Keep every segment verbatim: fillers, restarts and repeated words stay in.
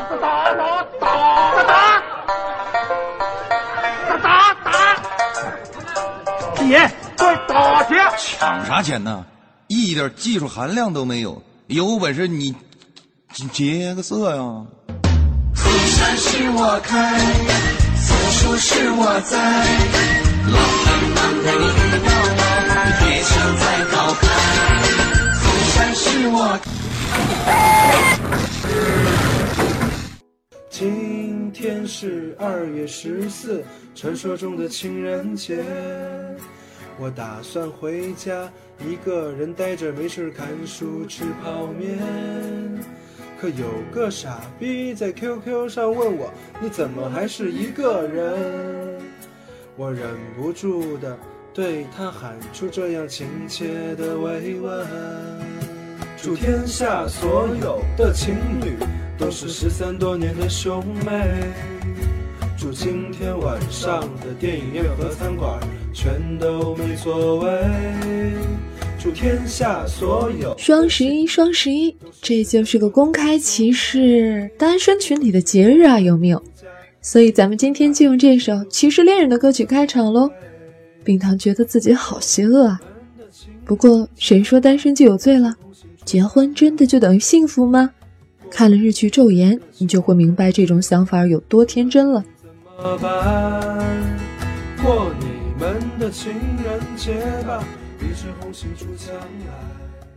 打打打打打打打！爹，快打去！ 抢啥钱呢？一点技术含量都没有，有本事你接个色呀！ 福山是我开，此处是我在，老汉能陪你遇到我，月球在高开，福山是我。 今天是二月十四，传说中的情人节。我打算回家，一个人呆着没事看书吃泡面。可有个傻逼在 Q Q 上问我，你怎么还是一个人？我忍不住的对他喊出这样亲切的慰问。祝天下所有的情侣都是失散多年的兄妹，祝今天晚上的电影院和餐馆全都没座位，祝天下所有。 双十一，双十一，这就是个公开歧视单身群体的节日啊，有没有？所以咱们今天就用这首歧视恋人的歌曲开场咯。冰糖觉得自己好邪恶啊，不过谁说单身就有罪了？结婚真的就等于幸福吗？看了日剧《昼颜》，你就会明白这种想法有多天真了。 怎么办？过你们的情人节吧，一枝红杏出墙来。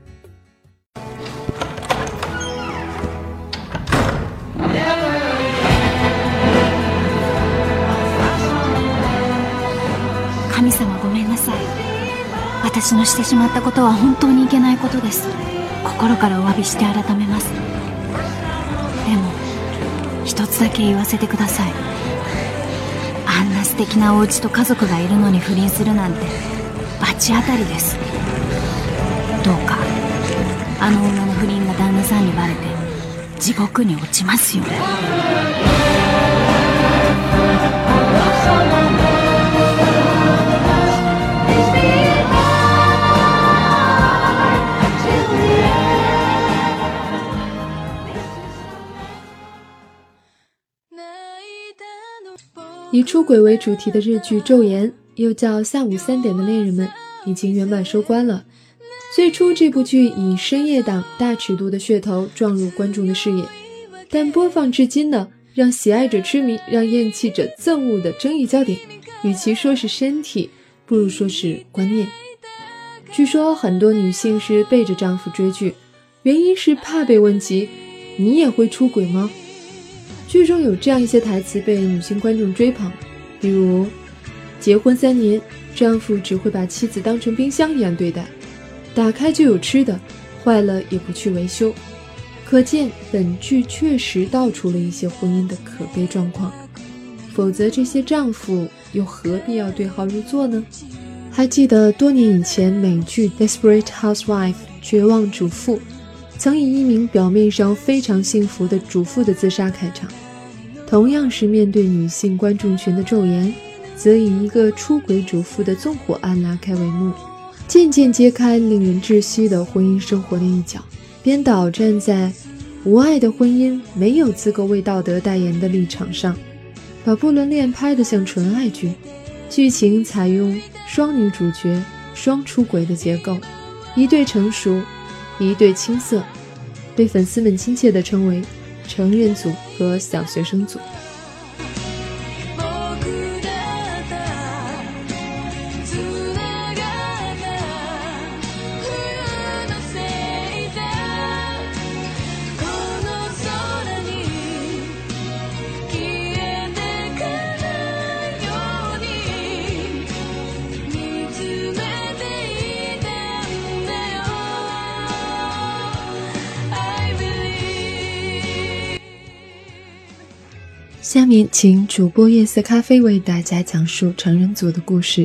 神様ごめんなさい。私のしてしまったことは本当にいけないことです。心からお詫びして改めます。でも一つだけ言わせてください。あんな素敵なお家と家族がいるのに不倫するなんて罰当たりです。どうかあの女の不倫が旦那さんにバレて地獄に落ちますように。 以出轨为主题的日剧《昼颜》，又叫《下午三点的恋人们》，已经圆满收官了。最初这部剧以深夜档大尺度的噱头撞入观众的视野，但播放至今呢，让喜爱者痴迷，让厌弃者憎恶的争议焦点，与其说是身体，不如说是观念。据说很多女性是背着丈夫追剧，原因是怕被问及你也会出轨吗？剧中有这样一些台词被女性观众追捧，比如结婚三年，丈夫只会把妻子当成冰箱一样对待，打开就有吃的，坏了也不去维修。可见本剧确实道出了一些婚姻的可悲状况，否则这些丈夫又何必要对号入座呢？还记得多年以前美剧 Desperate Housewife 绝望主妇曾以一名表面上非常幸福的主妇的自杀开场，同样是面对女性观众群的昼颜，则以一个出轨主妇的纵火案拉开帷幕，渐渐揭开令人窒息的婚姻生活的一角。编导站在无爱的婚姻没有资格为道德代言的立场上，把不伦恋拍得像纯爱剧，剧情采用双女主角双出轨的结构，一对成熟，一对青涩，被粉丝们亲切地称为成人组和小学生组。下面请主播夜色咖啡为大家讲述成人组的故事。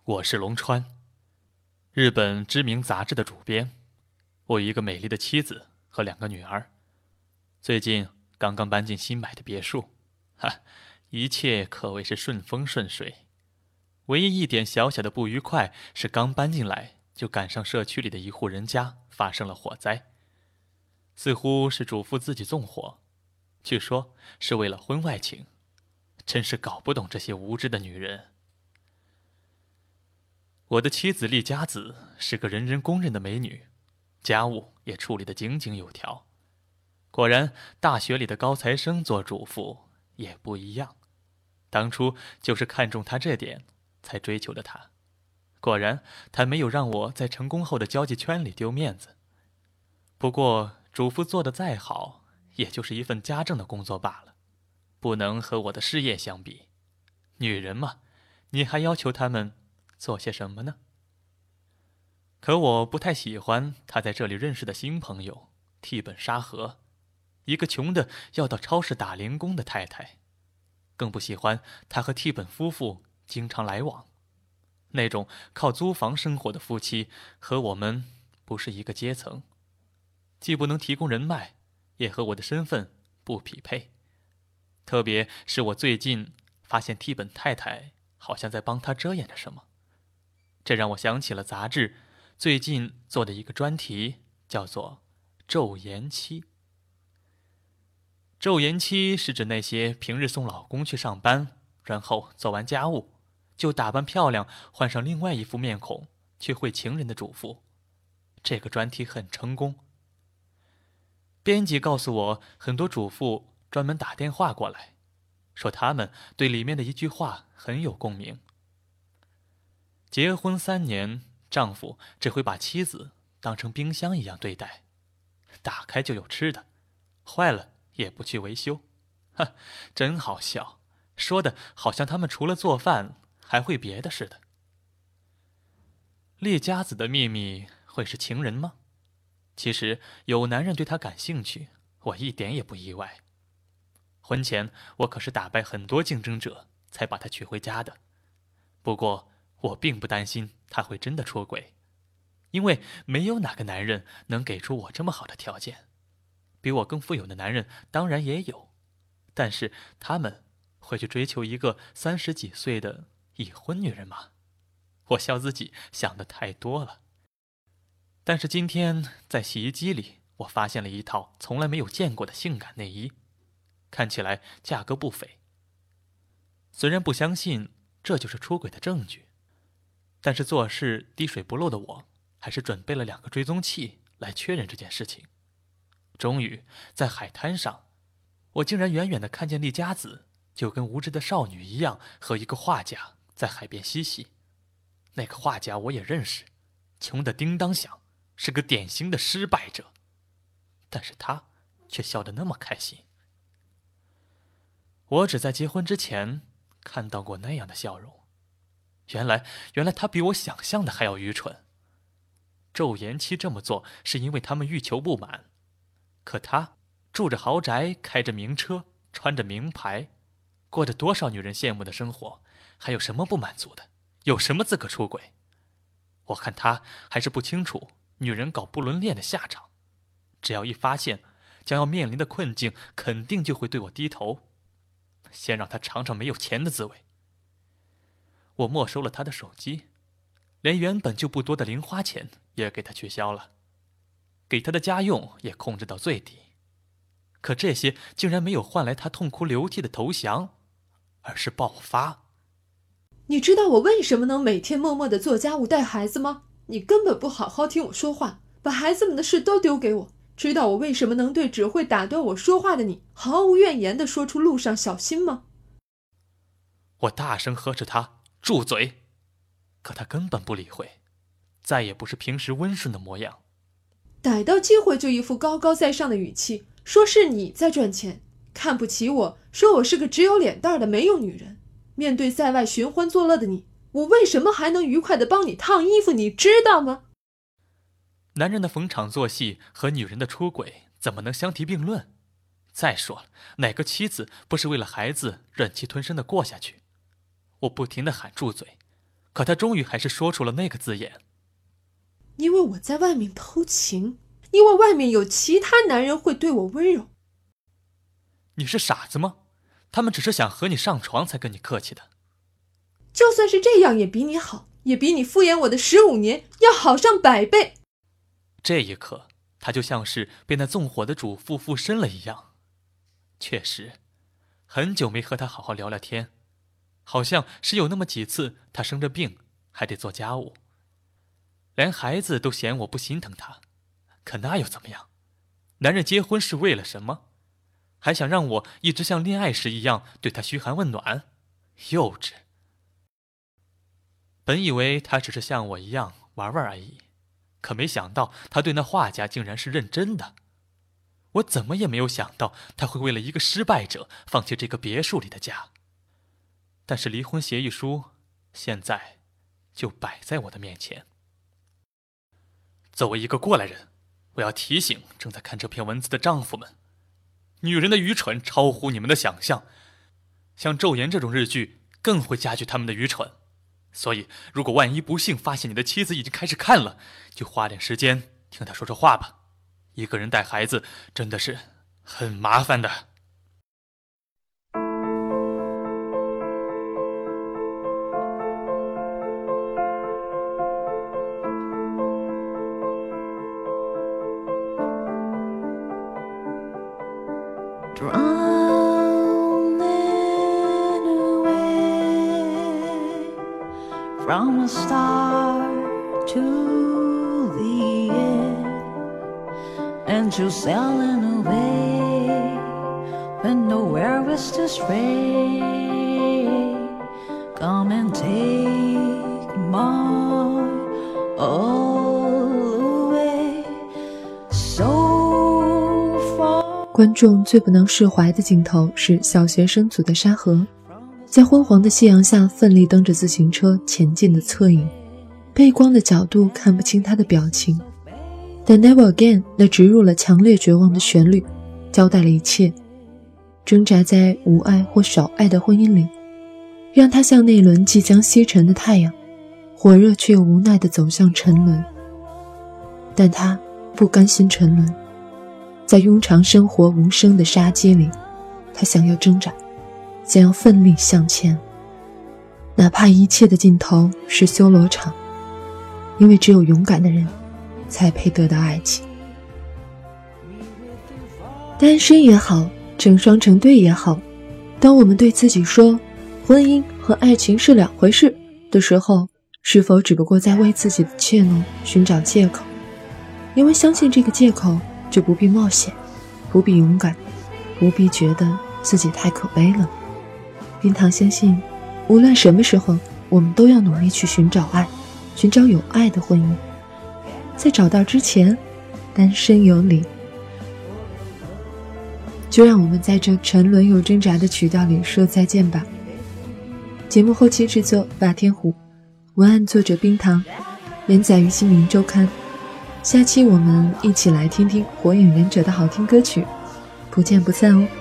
我是龙川，日本知名杂志的主编。我有一个美丽的妻子和两个女儿，最近刚刚搬进新买的别墅，哈，一切可谓是顺风顺水。唯一一点小小的不愉快是，刚搬进来就赶上社区里的一户人家发生了火灾，似乎是主妇自己纵火，据说是为了婚外情，真是搞不懂这些无知的女人。我的妻子丽佳子是个人人公认的美女，家务也处理得井井有条。果然，大学里的高材生做主妇也不一样。当初就是看中她这点，才追求的她。果然，她没有让我在成功后的交际圈里丢面子。不过，主妇做得再好，也就是一份家政的工作罢了，不能和我的事业相比。女人嘛，你还要求她们做些什么呢？可我不太喜欢他在这里认识的新朋友替本沙河，一个穷的要到超市打零工的太太，更不喜欢他和替本夫妇经常来往。那种靠租房生活的夫妻和我们不是一个阶层，既不能提供人脉，也和我的身份不匹配。特别是我最近发现替本太太好像在帮他遮掩着什么，这让我想起了杂志最近做的一个专题，叫做“昼颜妻”。昼颜妻是指那些平日送老公去上班，然后做完家务就打扮漂亮，换上另外一副面孔去会情人的主妇。这个专题很成功。编辑告诉我，很多主妇专门打电话过来，说他们对里面的一句话很有共鸣：结婚三年，丈夫只会把妻子当成冰箱一样对待，打开就有吃的，坏了也不去维修。哈，真好笑，说的好像他们除了做饭还会别的似的。丽佳子的秘密会是情人吗？其实有男人对她感兴趣，我一点也不意外。婚前我可是打败很多竞争者才把她娶回家的。不过我并不担心他会真的出轨，因为没有哪个男人能给出我这么好的条件。比我更富有的男人当然也有，但是他们会去追求一个三十几岁的已婚女人吗？我笑自己想的太多了。但是今天在洗衣机里，我发现了一套从来没有见过的性感内衣，看起来价格不菲。虽然不相信这就是出轨的证据，但是做事滴水不漏的我，还是准备了两个追踪器来确认这件事情。终于，在海滩上，我竟然远远地看见丽佳子就跟无知的少女一样，和一个画家在海边嬉戏。那个画家我也认识，穷得叮当响，是个典型的失败者。但是他却笑得那么开心。我只在结婚之前看到过那样的笑容。原来，原来他比我想象的还要愚蠢。昼颜妻这么做是因为他们欲求不满，可他住着豪宅，开着名车，穿着名牌，过着多少女人羡慕的生活，还有什么不满足的？有什么资格出轨？我看他还是不清楚女人搞不伦恋的下场，只要一发现将要面临的困境，肯定就会对我低头。先让他尝尝没有钱的滋味。我没收了他的手机，连原本就不多的零花钱也给他取消了，给他的家用也控制到最低。可这些竟然没有换来他痛哭流涕的投降，而是爆发。 你知道我为什么能每天默默地做家务带孩子吗？你根本不好好听我说话，把孩子们的事都丢给我。知道我为什么能对只会打断我说话的你毫无怨言地说出路上小心吗？ 我大声呵斥他住嘴，可他根本不理会，再也不是平时温顺的模样。 逮到机会就一副高高在上的语气，说是你在赚钱，看不起我，说我是个只有脸蛋的没用女人。面对在外寻欢作乐的你，我为什么还能愉快地帮你烫衣服，你知道吗？ 男人的逢场作戏和女人的出轨怎么能相提并论？再说了，哪个妻子不是为了孩子忍气吞声地过下去？我不停地喊住嘴， 可他终于还是说出了那个字眼。 因为我在外面偷情，因为外面有其他男人会对我温柔。 你是傻子吗？他们只是想和你上床才跟你客气的。 就算是这样也比你好，也比你敷衍我的十五年要好上百倍。 这一刻，他就像是被那纵火的主妇附身了一样。确实，很久没和他好好聊聊天，好像是有那么几次他生着病还得做家务，连孩子都嫌我不心疼他。可那又怎么样？男人结婚是为了什么？还想让我一直像恋爱时一样对他嘘寒问暖？幼稚。本以为他只是像我一样玩玩而已，可没想到他对那画家竟然是认真的。我怎么也没有想到他会为了一个失败者放弃这个别墅里的家。但是离婚协议书现在就摆在我的面前。作为一个过来人，我要提醒正在看这篇文字的丈夫们，女人的愚蠢超乎你们的想象，像《昼颜》这种日剧更会加剧他们的愚蠢。所以如果万一不幸发现你的妻子已经开始看了，就花点时间听她说说话吧。一个人带孩子真的是很麻烦的。 From the start to the end, and you're sailing away when nowhere is to stray. Come and take my all away. So far. 观众最不能释怀的镜头是小学生组的沙河，在昏黄的夕阳下奋力蹬着自行车前进的侧影，背光的角度看不清他的表情，但 Never Again 那植入了强烈绝望的旋律交代了一切。挣扎在无爱或少爱的婚姻里，让他像那轮即将西沉的太阳，火热却又无奈地走向沉沦。但他不甘心沉沦，在庸常生活无声的杀机里，他想要挣扎，想要奋力向前，哪怕一切的尽头是修罗场，因为只有勇敢的人才配得到爱情。单身也好，成双成对也好，当我们对自己说婚姻和爱情是两回事的时候，是否只不过在为自己的怯懦寻找借口？因为相信这个借口，就不必冒险，不必勇敢，不必觉得自己太可悲了。冰糖相信，无论什么时候，我们都要努力去寻找爱，寻找有爱的婚姻。在找到之前，单身有礼。就让我们在这沉沦又挣扎的曲调里说再见吧。节目后期制作霸天虎，文案作者冰糖，连载于新民周刊。下期我们一起来听听火影忍者的好听歌曲，不见不散哦。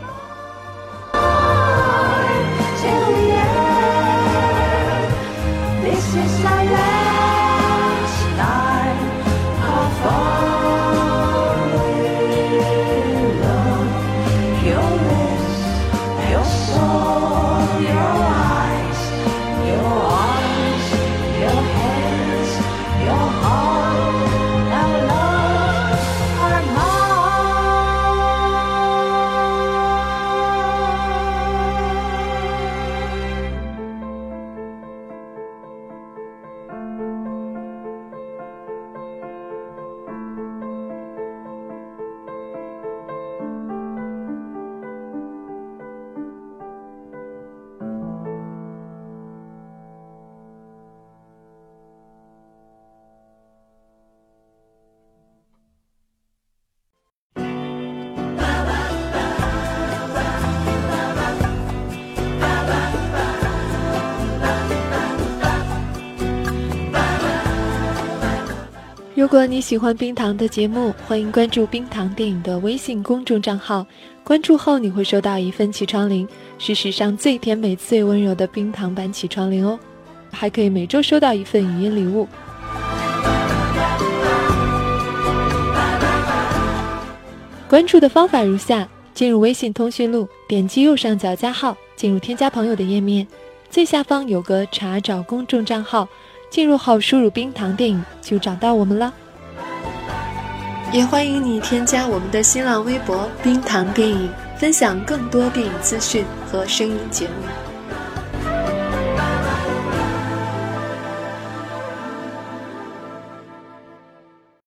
如果你喜欢冰糖的节目，欢迎关注冰糖电影的微信公众账号，关注后你会收到一份起床铃，是史上最甜美最温柔的冰糖版起床铃哦。 还可以每周收到一份语音礼物。关注的方法如下：进入微信通讯录，点击右上角加号，进入添加朋友的页面，最下方有个查找公众账号，进入后输入冰糖电影就找到我们了。也欢迎你添加我们的新浪微博冰糖电影，分享更多电影资讯和声音节目。